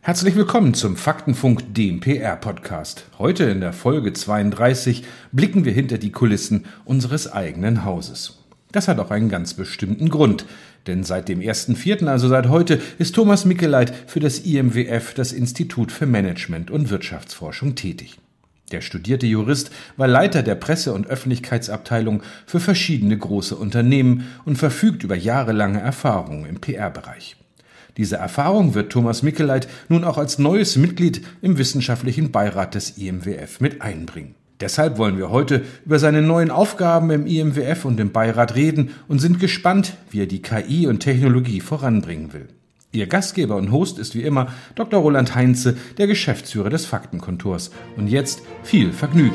Herzlich willkommen zum Faktenfunk, dem PR-Podcast. Heute in der Folge 32 blicken wir hinter die Kulissen unseres eigenen Hauses. Das hat auch einen ganz bestimmten Grund, denn seit dem 1.4., also seit heute, ist Thomas Mikkeleit für das IMWF, das Institut für Management und Wirtschaftsforschung, tätig. Der studierte Jurist war Leiter der Presse- und Öffentlichkeitsabteilung für verschiedene große Unternehmen und verfügt über jahrelange Erfahrung im PR-Bereich. Diese Erfahrung wird Thomas Mikkeleit nun auch als neues Mitglied im wissenschaftlichen Beirat des IMWF mit einbringen. Deshalb wollen wir heute über seine neuen Aufgaben im IMWF und im Beirat reden und sind gespannt, wie er die KI und Technologie voranbringen will. Ihr Gastgeber und Host ist wie immer Dr. Roland Heinze, der Geschäftsführer des Faktenkontors. Und jetzt viel Vergnügen.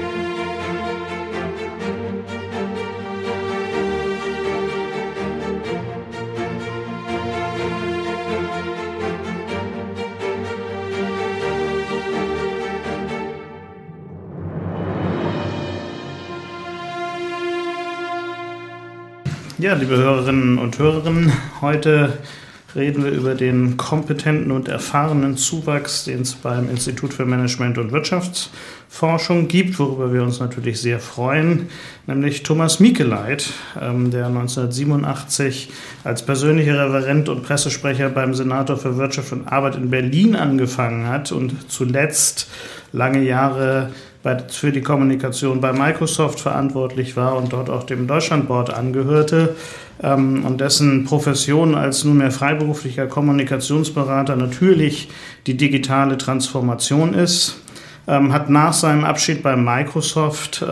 Ja, liebe Hörerinnen und Hörer, heute reden wir über den kompetenten und erfahrenen Zuwachs, den es beim Institut für Management und Wirtschaftsforschung gibt, worüber wir uns natürlich sehr freuen, nämlich Thomas Mikkeleit, der 1987 als persönlicher Referent und Pressesprecher beim Senator für Wirtschaft und Arbeit in Berlin angefangen hat und zuletzt lange Jahre für die Kommunikation bei Microsoft verantwortlich war und dort auch dem Deutschlandboard angehörte und dessen Profession als nunmehr freiberuflicher Kommunikationsberater natürlich die digitale Transformation ist, hat nach seinem Abschied bei Microsoft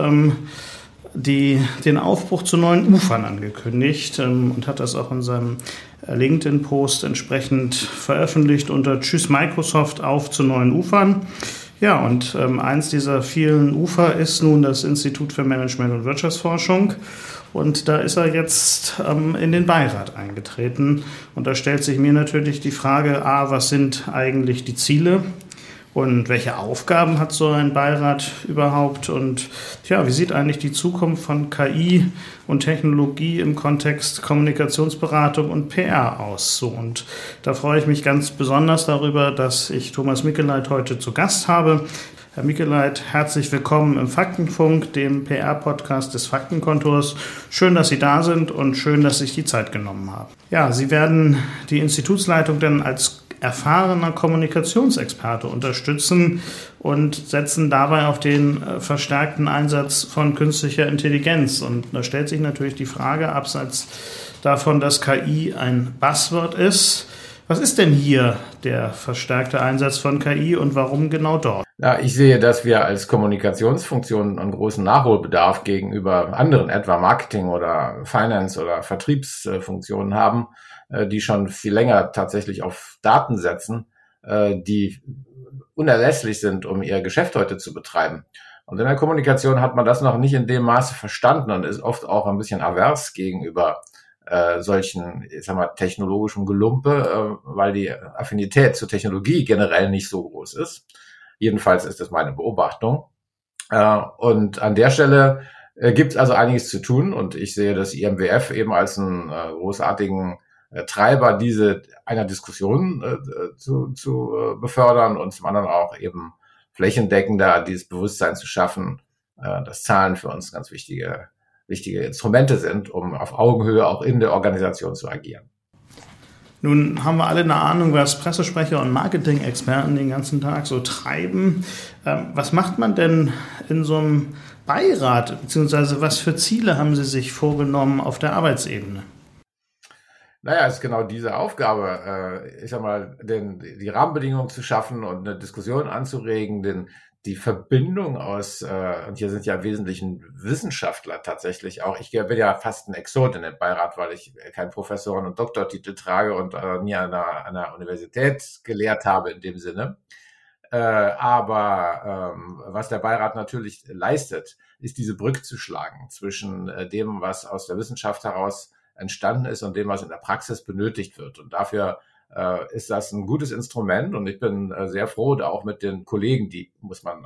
den Aufbruch zu neuen Ufern angekündigt und hat das auch in seinem LinkedIn-Post entsprechend veröffentlicht unter Tschüss Microsoft, auf zu neuen Ufern. Ja, und eins dieser vielen Ufer ist nun das Institut für Management und Wirtschaftsforschung. Und da ist er jetzt in den Beirat eingetreten. Und da stellt sich mir natürlich die Frage, was sind eigentlich die Ziele? Und welche Aufgaben hat so ein Beirat überhaupt? Und wie sieht eigentlich die Zukunft von KI und Technologie im Kontext Kommunikationsberatung und PR aus? So, und da freue ich mich ganz besonders darüber, dass ich Thomas Mikkeleit heute zu Gast habe. Herr Mikkeleit, herzlich willkommen im Faktenfunk, dem PR-Podcast des Faktenkontors. Schön, dass Sie da sind und schön, dass Sie sich die Zeit genommen haben. Ja, Sie werden die Institutsleitung dann als erfahrener Kommunikationsexperte unterstützen und setzen dabei auf den verstärkten Einsatz von künstlicher Intelligenz. Und da stellt sich natürlich die Frage, abseits davon, dass KI ein Buzzword ist, was ist denn hier der verstärkte Einsatz von KI und warum genau dort? Ja, ich sehe, dass wir als Kommunikationsfunktion einen großen Nachholbedarf gegenüber anderen, etwa Marketing oder Finance oder Vertriebsfunktionen haben, die schon viel länger tatsächlich auf Daten setzen, die unerlässlich sind, um ihr Geschäft heute zu betreiben. Und in der Kommunikation hat man das noch nicht in dem Maße verstanden und ist oft auch ein bisschen avers gegenüber solchen, technologischen Gelumpe, weil die Affinität zur Technologie generell nicht so groß ist. Jedenfalls ist das meine Beobachtung. Und an der Stelle gibt es also einiges zu tun und ich sehe das IMWF eben als einen großartigen Treiber, einer Diskussion zu befördern und zum anderen auch eben flächendeckender dieses Bewusstsein zu schaffen, dass Zahlen für uns ganz wichtige Instrumente sind, um auf Augenhöhe auch in der Organisation zu agieren. Nun haben wir alle eine Ahnung, was Pressesprecher und Marketing-Experten den ganzen Tag so treiben. Was macht man denn in so einem Beirat, beziehungsweise was für Ziele haben Sie sich vorgenommen auf der Arbeitsebene? Naja, es ist genau diese Aufgabe, die Rahmenbedingungen zu schaffen und eine Diskussion anzuregen, die Verbindung aus, und hier sind ja im Wesentlichen Wissenschaftler tatsächlich auch. Ich bin ja fast ein Exot in dem Beirat, weil ich keinen Professoren- und Doktortitel trage und nie an einer Universität gelehrt habe in dem Sinne. Aber was der Beirat natürlich leistet, ist diese Brücke zu schlagen zwischen dem, was aus der Wissenschaft heraus entstanden ist und dem, was in der Praxis benötigt wird. Und dafür ist das ein gutes Instrument und ich bin sehr froh, da auch mit den Kollegen, die muss man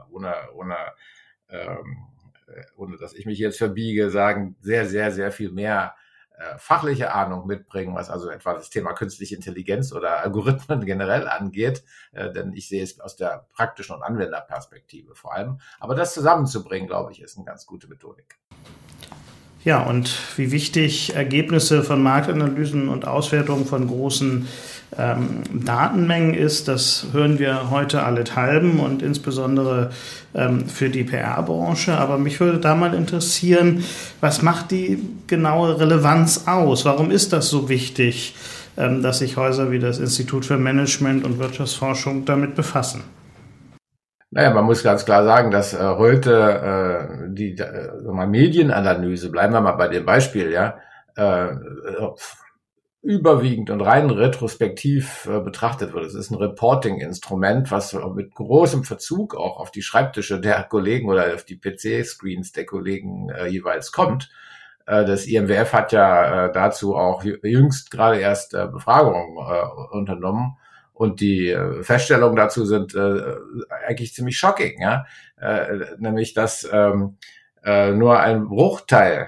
ohne dass ich mich jetzt verbiege, sagen, sehr, sehr, sehr viel mehr fachliche Ahnung mitbringen, was also etwa das Thema künstliche Intelligenz oder Algorithmen generell angeht, denn ich sehe es aus der praktischen und Anwenderperspektive vor allem. Aber das zusammenzubringen, glaube ich, ist eine ganz gute Methodik. Ja, und wie wichtig Ergebnisse von Marktanalysen und Auswertungen von großen Datenmengen ist, das hören wir heute allenthalben und insbesondere für die PR-Branche. Aber mich würde da mal interessieren, was macht die genaue Relevanz aus? Warum ist das so wichtig, dass sich Häuser wie das Institut für Management und Wirtschaftsforschung damit befassen? Naja, man muss ganz klar sagen, dass heute die Medienanalyse, bleiben wir mal bei dem Beispiel, ja, überwiegend und rein retrospektiv betrachtet wird. Es ist ein Reporting-Instrument, was mit großem Verzug auch auf die Schreibtische der Kollegen oder auf die PC-Screens der Kollegen jeweils kommt. Das IMWF hat ja dazu auch jüngst gerade erst Befragungen unternommen. Und die Feststellungen dazu sind eigentlich ziemlich shocking, ja, nämlich dass nur ein Bruchteil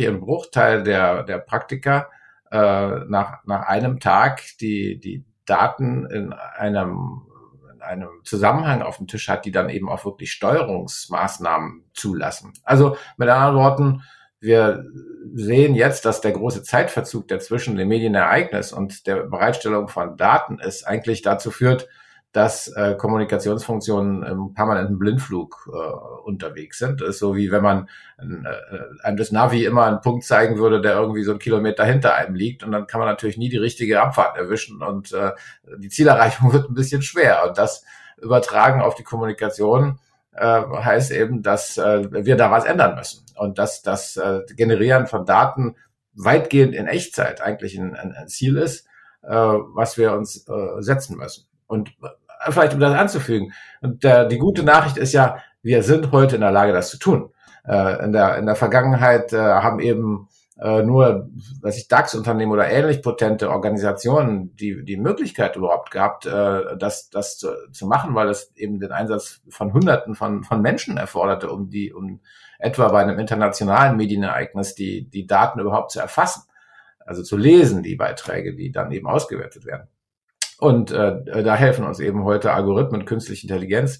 der Praktiker nach einem Tag die Daten in einem Zusammenhang auf dem Tisch hat, die dann eben auch wirklich Steuerungsmaßnahmen zulassen. Also mit anderen Worten, wir sehen jetzt, dass der große Zeitverzug, der zwischen dem Medienereignis und der Bereitstellung von Daten ist, eigentlich dazu führt, dass Kommunikationsfunktionen im permanenten Blindflug unterwegs sind. Das ist so, wie wenn man einem das Navi immer einen Punkt zeigen würde, der irgendwie so einen Kilometer hinter einem liegt. Und dann kann man natürlich nie die richtige Abfahrt erwischen und die Zielerreichung wird ein bisschen schwer. Und das Übertragen auf die Kommunikation heißt eben, dass wir da was ändern müssen und dass das Generieren von Daten weitgehend in Echtzeit eigentlich ein Ziel ist, was wir uns setzen müssen. Und vielleicht um das anzufügen, und die gute Nachricht ist ja, wir sind heute in der Lage, das zu tun. In der Vergangenheit haben eben nur, DAX-Unternehmen oder ähnlich potente Organisationen die Möglichkeit überhaupt gehabt, das zu machen, weil es eben den Einsatz von Hunderten von Menschen erforderte, um etwa bei einem internationalen Medienereignis die Daten überhaupt zu erfassen, also zu lesen, die Beiträge, die dann eben ausgewertet werden. Und da helfen uns eben heute Algorithmen, künstliche Intelligenz,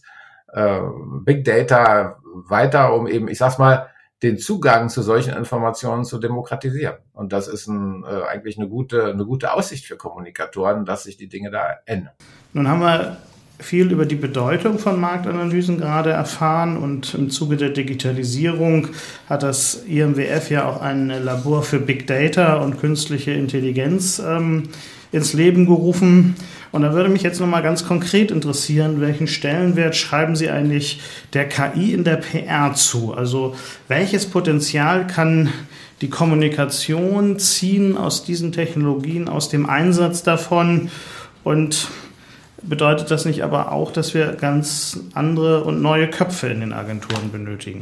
Big Data weiter, um eben, ich sag's mal, den Zugang zu solchen Informationen zu demokratisieren. Und das ist eigentlich eine gute Aussicht für Kommunikatoren, dass sich die Dinge da ändern. Nun haben wir viel über die Bedeutung von Marktanalysen gerade erfahren und im Zuge der Digitalisierung hat das IMWF ja auch ein Labor für Big Data und künstliche Intelligenz ins Leben gerufen. Und da würde mich jetzt nochmal ganz konkret interessieren, welchen Stellenwert schreiben Sie eigentlich der KI in der PR zu? Also welches Potenzial kann die Kommunikation ziehen aus diesen Technologien, aus dem Einsatz davon? Und bedeutet das nicht aber auch, dass wir ganz andere und neue Köpfe in den Agenturen benötigen?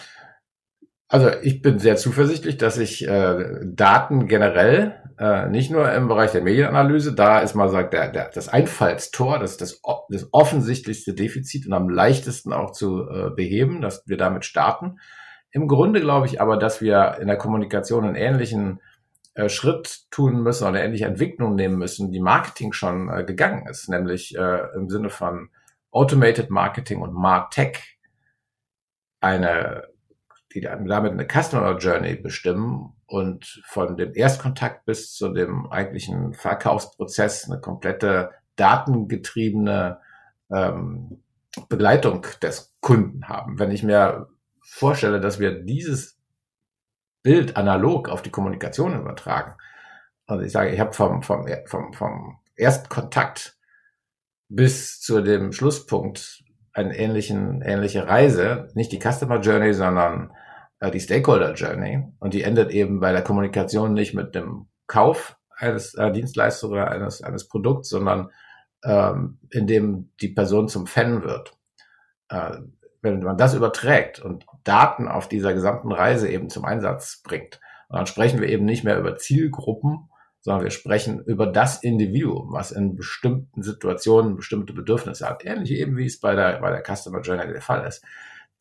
Also ich bin sehr zuversichtlich, dass sich Daten generell, nicht nur im Bereich der Medienanalyse, da ist mal das Einfallstor, das offensichtlichste Defizit und am leichtesten auch zu beheben, dass wir damit starten. Im Grunde glaube ich aber, dass wir in der Kommunikation einen ähnlichen Schritt tun müssen oder eine ähnliche Entwicklung nehmen müssen, die Marketing schon gegangen ist, nämlich im Sinne von Automated Marketing und MarTech, die damit eine Customer Journey bestimmen und von dem Erstkontakt bis zu dem eigentlichen Verkaufsprozess eine komplette datengetriebene Begleitung des Kunden haben. Wenn ich mir vorstelle, dass wir dieses Bild analog auf die Kommunikation übertragen, also ich sage, ich habe vom ersten Kontakt bis zu dem Schlusspunkt eine ähnliche Reise, nicht die Customer Journey, sondern die Stakeholder Journey, und die endet eben bei der Kommunikation nicht mit dem Kauf eines Dienstleistung oder eines Produkts, sondern indem die Person zum Fan wird. Wenn man das überträgt und Daten auf dieser gesamten Reise eben zum Einsatz bringt, und dann sprechen wir eben nicht mehr über Zielgruppen, sondern wir sprechen über das Individuum, was in bestimmten Situationen bestimmte Bedürfnisse hat. Ähnlich eben wie es bei der Customer Journey der Fall ist.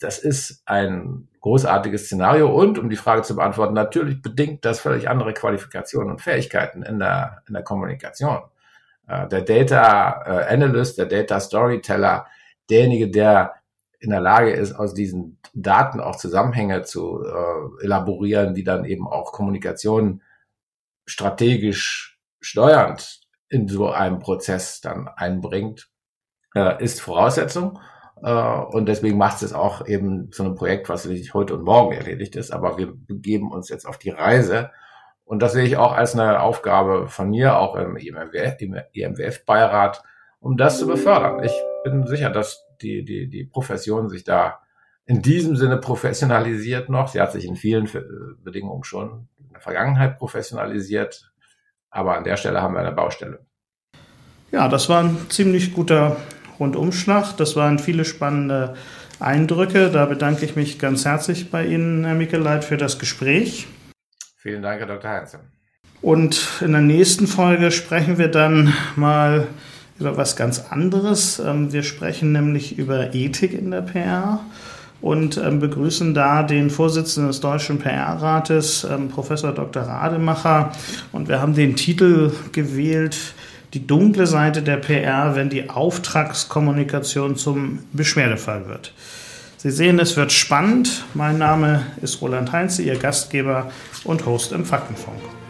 das ist ein großartiges Szenario und, um die Frage zu beantworten, natürlich bedingt das völlig andere Qualifikationen und Fähigkeiten in der Kommunikation. Der Data Analyst, der Data Storyteller, derjenige, der in der Lage ist, aus diesen Daten auch Zusammenhänge zu elaborieren, die dann eben auch Kommunikation strategisch steuernd in so einem Prozess dann einbringt, ist Voraussetzung. Und deswegen macht es auch eben so ein Projekt, was nicht heute und morgen erledigt ist, aber wir begeben uns jetzt auf die Reise. Und das sehe ich auch als eine Aufgabe von mir, auch im IMWF-Beirat, um das zu befördern. Ich bin sicher, dass die Profession sich da in diesem Sinne professionalisiert noch. Sie hat sich in vielen Bedingungen schon in der Vergangenheit professionalisiert, aber an der Stelle haben wir eine Baustelle. Ja, das war ein ziemlich guter Rundumschlag. Das waren viele spannende Eindrücke. Da bedanke ich mich ganz herzlich bei Ihnen, Herr Mikeleit, für das Gespräch. Vielen Dank, Herr Dr. Heinze. Und in der nächsten Folge sprechen wir dann mal über was ganz anderes. Wir sprechen nämlich über Ethik in der PR und begrüßen da den Vorsitzenden des Deutschen PR-Rates, Professor Dr. Rademacher. Und wir haben den Titel gewählt, die dunkle Seite der PR, wenn die Auftragskommunikation zum Beschwerdefall wird. Sie sehen, es wird spannend. Mein Name ist Roland Heinze, Ihr Gastgeber und Host im Faktenfunk.